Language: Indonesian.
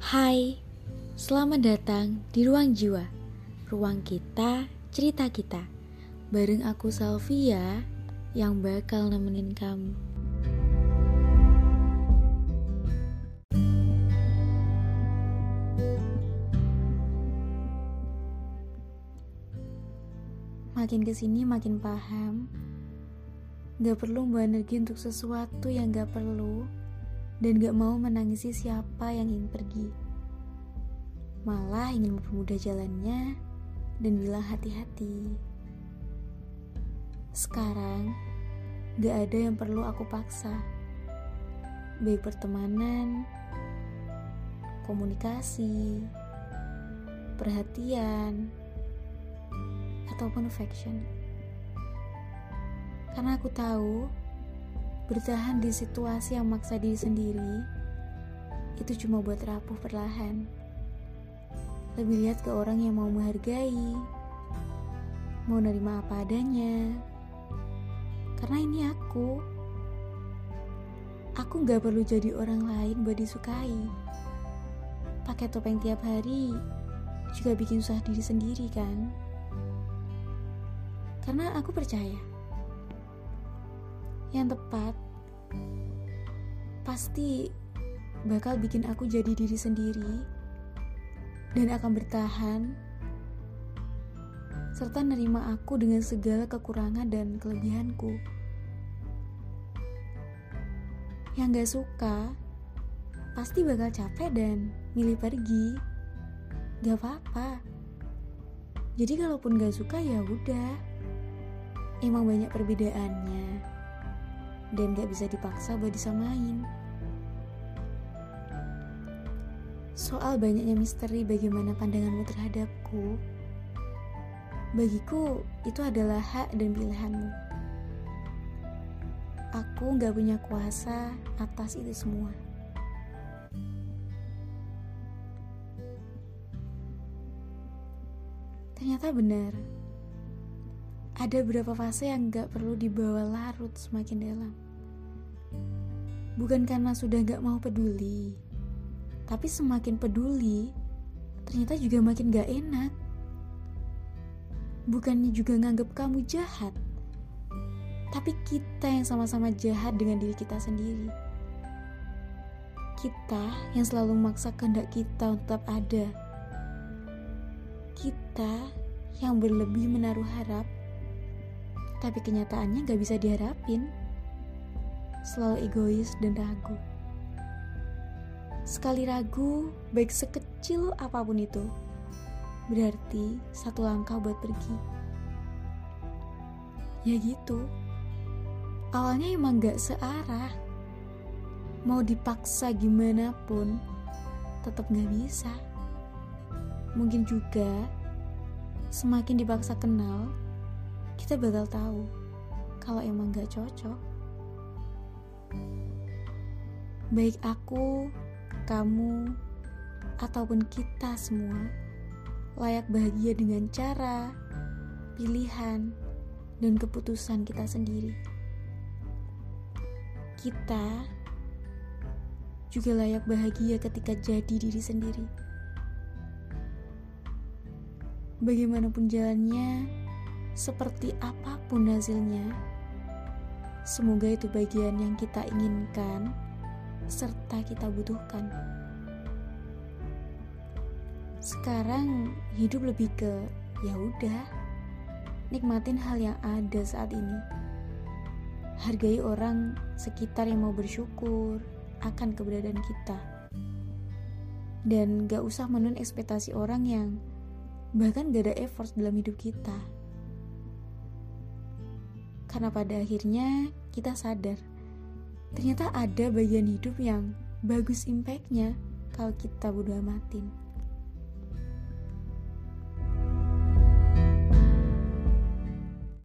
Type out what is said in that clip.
Hai, selamat datang di Ruang Jiwa, ruang kita, cerita kita. Bareng aku Salvia yang bakal nemenin kamu. Makin kesini makin paham, gak perlu membawa energi untuk sesuatu yang gak perlu, dan gak mau menangisi siapa yang ingin pergi. Malah ingin mempermudah jalannya dan bilang hati-hati. Sekarang gak ada yang perlu aku paksa, baik pertemanan, komunikasi, perhatian, ataupun affection. Karena aku tahu bertahan di situasi yang maksa diri sendiri itu cuma buat rapuh perlahan. Lebih lihat ke orang yang mau menghargai, mau nerima apa adanya. Karena ini aku gak perlu jadi orang lain buat disukai. Pakai topeng tiap hari juga bikin susah diri sendiri kan. Karena aku percaya yang tepat pasti bakal bikin aku jadi diri sendiri dan akan bertahan serta nerima aku dengan segala kekurangan dan kelebihanku. Yang gak suka pasti bakal capek dan milih pergi. Gak apa-apa. Jadi kalaupun gak suka ya udah, emang banyak perbedaannya dan gak bisa dipaksa buat disamain. Soal banyaknya misteri bagaimana pandanganmu terhadapku, bagiku itu adalah hak dan pilihanmu. Aku gak punya kuasa atas itu semua. Ternyata benar, ada beberapa fase yang gak perlu dibawa larut semakin dalam. Bukan karena sudah gak mau peduli, tapi semakin peduli, ternyata juga makin gak enak. Bukannya juga nganggap kamu jahat, tapi kita yang sama-sama jahat dengan diri kita sendiri. Kita yang selalu memaksa kehendak kita untuk tetap ada. Kita yang berlebih menaruh harap, tapi kenyataannya gak bisa diharapin. Selalu egois dan ragu. Sekali ragu, baik sekecil apapun itu, berarti satu langkah buat pergi. Ya gitu. Awalnya emang gak searah. Mau dipaksa gimana pun, tetap gak bisa. Mungkin juga semakin dipaksa kenal, kita bakal tahu kalau emang gak cocok. Baik aku, kamu, ataupun kita semua layak bahagia dengan cara, pilihan, dan keputusan kita sendiri. Kita juga layak bahagia ketika jadi diri sendiri. Bagaimanapun jalannya, seperti apapun hasilnya, semoga itu bagian yang kita inginkan serta kita butuhkan. Sekarang hidup lebih ke ya udah, nikmatin hal yang ada saat ini. Hargai orang sekitar yang mau bersyukur akan keberadaan kita. Dan gak usah menuntut ekspektasi orang yang bahkan gak ada effort dalam hidup kita. Karena pada akhirnya kita sadar ternyata ada bagian hidup yang bagus impact-nya kalau kita bodo amatin.